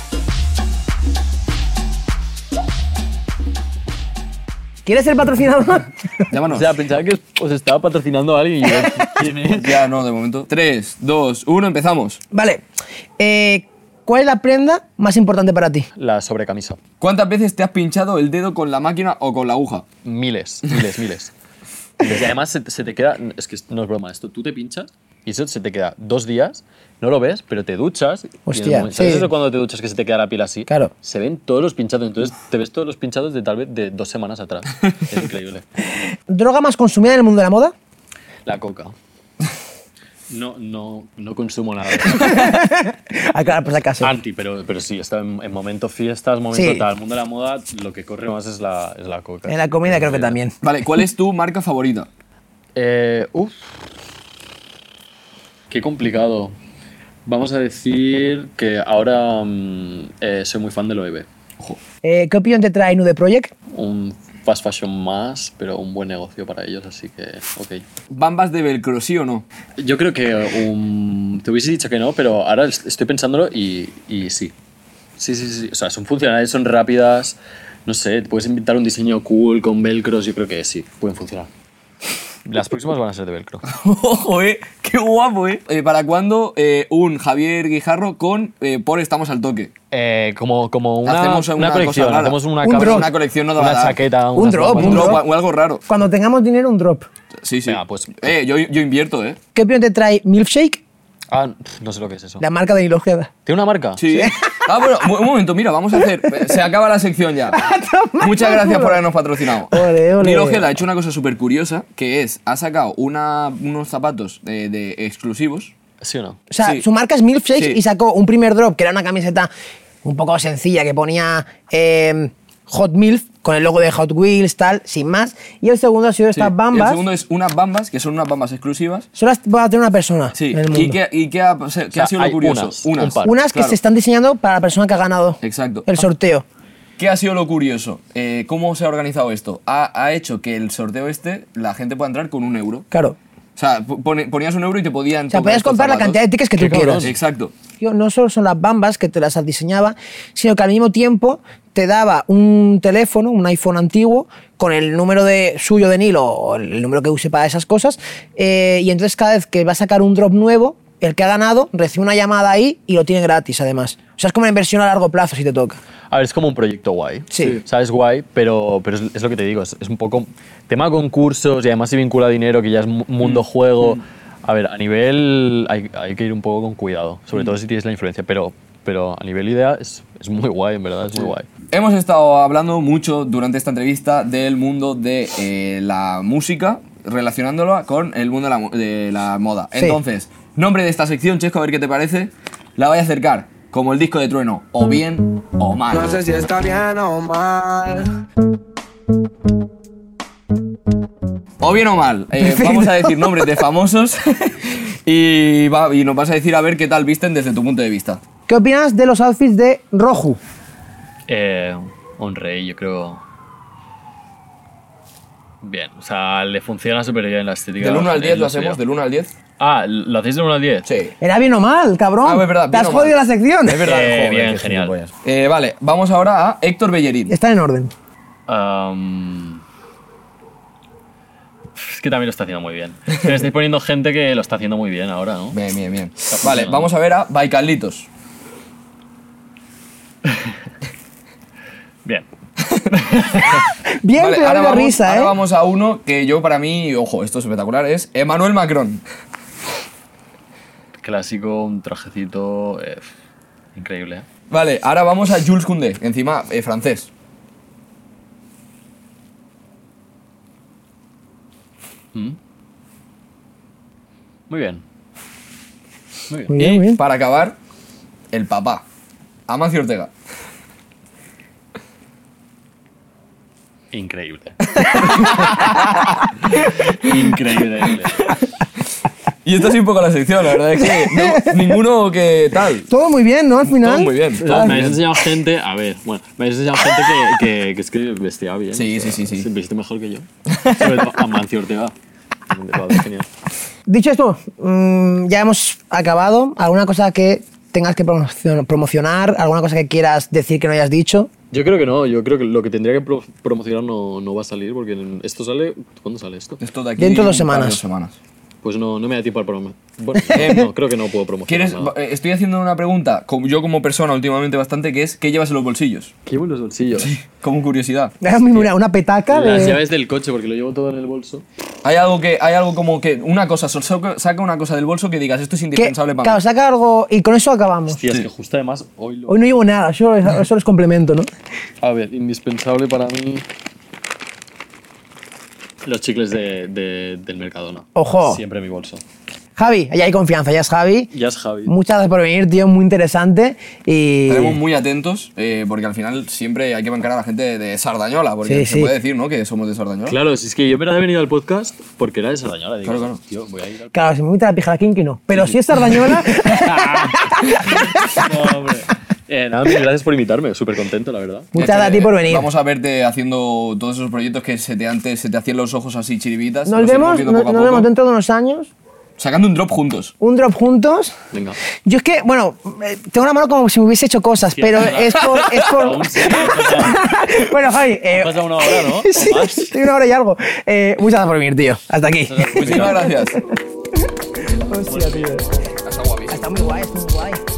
¿Quieres ser patrocinador? Llámanos. O sea, pensaba que os estaba patrocinando a alguien y yo, ¿quién es? Ya, no, de momento. tres, dos, uno, empezamos. Vale. Eh, ¿Cuál es la prenda más importante para ti? La sobrecamisa. ¿Cuántas veces te has pinchado el dedo con la máquina o con la aguja? Miles, miles, miles. Miles. Y además se, te- se te queda, es que no es broma esto, tú te pinchas y eso se te queda dos días, no lo ves, pero te duchas. y en el Hostia, momento- ¿Sabes sí. eso cuando te duchas que se te queda la piel así? Claro. Se ven todos los pinchados, entonces te ves todos los pinchados de tal vez de dos semanas atrás. Es increíble. ¿Droga más consumida en el mundo de la moda? La coca. No, no, no consumo nada. Ah, claro, pues acaso. Anti, pero, pero sí, está en, en momento fiestas, momento Sí. tal. El mundo de la moda, lo que corre más es la, es la coca. En la comida creo que también. Vale, ¿cuál es tu marca favorita? Eh, uf. Qué complicado. Vamos a decir que ahora mm, eh, soy muy fan del O E B. Eh, ¿Qué opinión te trae Nude Project? un fast fashion más, pero un buen negocio para ellos, así que, ok. ¿Bambas de velcro, sí o no? Yo creo que un... te hubiese dicho que no, pero ahora estoy pensándolo y, y sí. Sí, sí, sí. O sea, son funcionales, son rápidas. No sé, puedes inventar un diseño cool con velcros. Yo creo que sí, pueden funcionar. Las próximas van a ser de velcro. Ojo, eh. Qué guapo, eh. Eh, ¿Para cuándo eh, un Javier Guijarro con eh, por Estamos al Toque? Eh, como, como una, Hacemos una una colección, cosa rara. hacemos una, Un cam- drop. Una colección no una va a dar. chaqueta, Un unas drop, gafas. Un un drop drop. o algo raro. Cuando tengamos dinero, un drop. Sí, sí. Venga, pues- Eh, yo, yo invierto, eh. ¿Qué opinión te trae Milkshake? Ah, no sé lo que es eso. La marca de Nilo Ojeda. ¿Tiene una marca? Sí. Ah, bueno, un un momento, mira, vamos a hacer. Se acaba la sección ya. Muchas gracias por habernos patrocinado. Ole, ole. Nilo Ojeda ha hecho una cosa súper curiosa, que es, ha sacado una, unos zapatos de, de exclusivos. ¿Sí o no? O sea, Sí. su marca es Milkshake Sí. y sacó un primer drop que era una camiseta un poco sencilla que ponía eh, Hot Milk con el logo de Hot Wheels, tal, sin más. Y el segundo ha sido Sí. estas bambas. El segundo es unas bambas, que son unas bambas exclusivas. Solo las va a tener una persona Sí. en el ¿Y mundo. qué, y qué ha, se- qué sea, ha sido lo hay curioso? unas, un par. Unas que claro. se están diseñando para la persona que ha ganado Exacto. el sorteo. ¿Qué ha sido lo curioso? Eh, ¿Cómo se ha organizado esto? Ha, ha hecho que el sorteo este, la gente pueda entrar con un euro. Claro. O sea, pone- ponías un euro y te podían. O sea, tocar puedes estos comprar la zapatos. cantidad de tickets que tú Qué cabrón. quieras. Exacto. Tío, no solo son las bambas que te las diseñaba, sino que al mismo tiempo te daba un teléfono, un iPhone antiguo, con el número de suyo de Nilo o el número que use para esas cosas, eh, y entonces cada vez que va a sacar un drop nuevo, el que ha ganado recibe una llamada ahí y lo tiene gratis además. O sea, es como una inversión a largo plazo si te toca. A ver, es como un proyecto guay. Sí. O sea, es guay, pero, pero es, es lo que te digo, es, es un poco tema concursos y además se vincula a dinero, que ya es mu- mundo juego. A ver, a nivel hay, hay que ir un poco con cuidado, sobre todo si tienes la influencia, pero, pero a nivel idea es, es muy guay, en verdad, es muy guay. Hemos estado hablando mucho durante esta entrevista del mundo de eh, la música, relacionándolo con el mundo de la, mo- de la moda. Sí. Entonces, nombre de esta sección, Chesco, a ver qué te parece. La voy a acercar como el disco de Trueno, o bien o mal. No sé si está bien o mal. O bien o mal. Eh, vamos a decir nombres de famosos y, va- y nos vas a decir a ver qué tal visten desde tu punto de vista. ¿Qué opinas de los outfits de Roju? Eh, un rey, yo creo. Bien, o sea, le funciona súper bien la estética. Del uno al diez él lo sé hacemos, yo. del uno al diez. Ah, ¿lo hacéis del uno al diez? Sí. Era bien o mal, cabrón. Ah, es verdad, Te bien has o mal. jodido la sección. Es verdad, Eh, joder, bien, qué genial. gilipollas. Eh, vale, vamos ahora a Héctor Bellerín. Está en orden. Am, es que también lo está haciendo muy bien. Que me estáis poniendo gente que lo está haciendo muy bien ahora, ¿no? Bien, bien, bien. Vale, funcionando. vamos a ver a Baicalitos. Bien. Bien, Vale, pero ahora da vamos, risa, ahora ¿eh? vamos a uno que yo para mí, ojo, esto es espectacular, es Emmanuel Macron. Clásico, un trajecito. eh, increíble, ¿eh? Vale, ahora vamos a Jules Koundé, encima eh, francés. Mm. Muy bien. Muy bien. Muy bien, y muy bien. para acabar, el papá, Amancio Ortega. Increíble. Increíble. Y esta es un poco la sección, la verdad es que no, ninguno que tal. Todo muy bien, ¿no? Al final. Todo muy bien. O sea, me habéis enseñado gente. A ver, bueno, me habéis enseñado gente que, que, que es que vestía bien. Sí, o sea, sí, sí, sí. Viste mejor que yo. Sobre todo Amancio Ortega. Vale, genial. Dicho esto, mm, ya hemos acabado. ¿Alguna cosa que tengas que promocion- promocionar? ¿Alguna cosa que quieras decir que no hayas dicho? Yo creo que no, yo creo que lo que tendría que pro- promocionar no, no va a salir porque en- esto sale. ¿Cuándo sale esto? Esto de aquí Dentro de dos un par semanas. dos semanas. Pues no, no me da tiempo al promocionar. Bueno, no, creo que no puedo promocionar. ¿Quieres? nada. eh, Estoy haciendo una pregunta, como yo como persona últimamente bastante, que es ¿qué llevas en los bolsillos? ¿Qué llevo en los bolsillos? Como curiosidad. Es una, una petaca Las de... llaves del coche porque lo llevo todo en el bolso. Hay algo que, hay algo como que una cosa, sol- saca saca una cosa del bolso que digas esto es que, indispensable para claro, mí. saca algo y con eso acabamos. Hostia, es que justo además hoy lo... Hoy no llevo nada, eso, eso es complemento, ¿no? A ver, indispensable para mí... Los chicles de, de- del Mercadona. Ojo. Siempre en mi bolso. Javi, ya hay confianza, ya es Javi. Ya es Javi. Muchas gracias por venir, tío, muy interesante. Y... Estaremos muy atentos eh, porque al final siempre hay que bancar a la gente de Sardañola, porque Sí, se sí. puede decir, ¿no? Que somos de Sardañola. Claro, si es que yo me he venido al podcast porque era de Sardañola. Digo, Claro, claro. tío, voy a ir al... Claro, si me invita la pija la Kinky, no. Pero si es Sardañola... No, hombre. Eh, nada, mil gracias por invitarme, súper contento, la verdad. Muchas gracias a ti por venir. Vamos a verte haciendo todos esos proyectos que se te, antes se te hacían los ojos así chiribitas. Nos los iremos vemos, viendo nos, poco a nos poco. vemos dentro de unos años. Sacando un drop juntos. Un drop juntos. Venga. Yo es que, bueno, eh, tengo una mano como si me hubiese hecho cosas, pero es por... Es por... Aún sí, bueno, Javi... Eh, pasa una hora, ¿no? sí, ¿O más? estoy una hora y algo. Eh, muchas gracias por venir, tío. Hasta aquí. Muchísimas gracias. Hostia, tío. Está guapísimo. Está muy guay, es muy guay.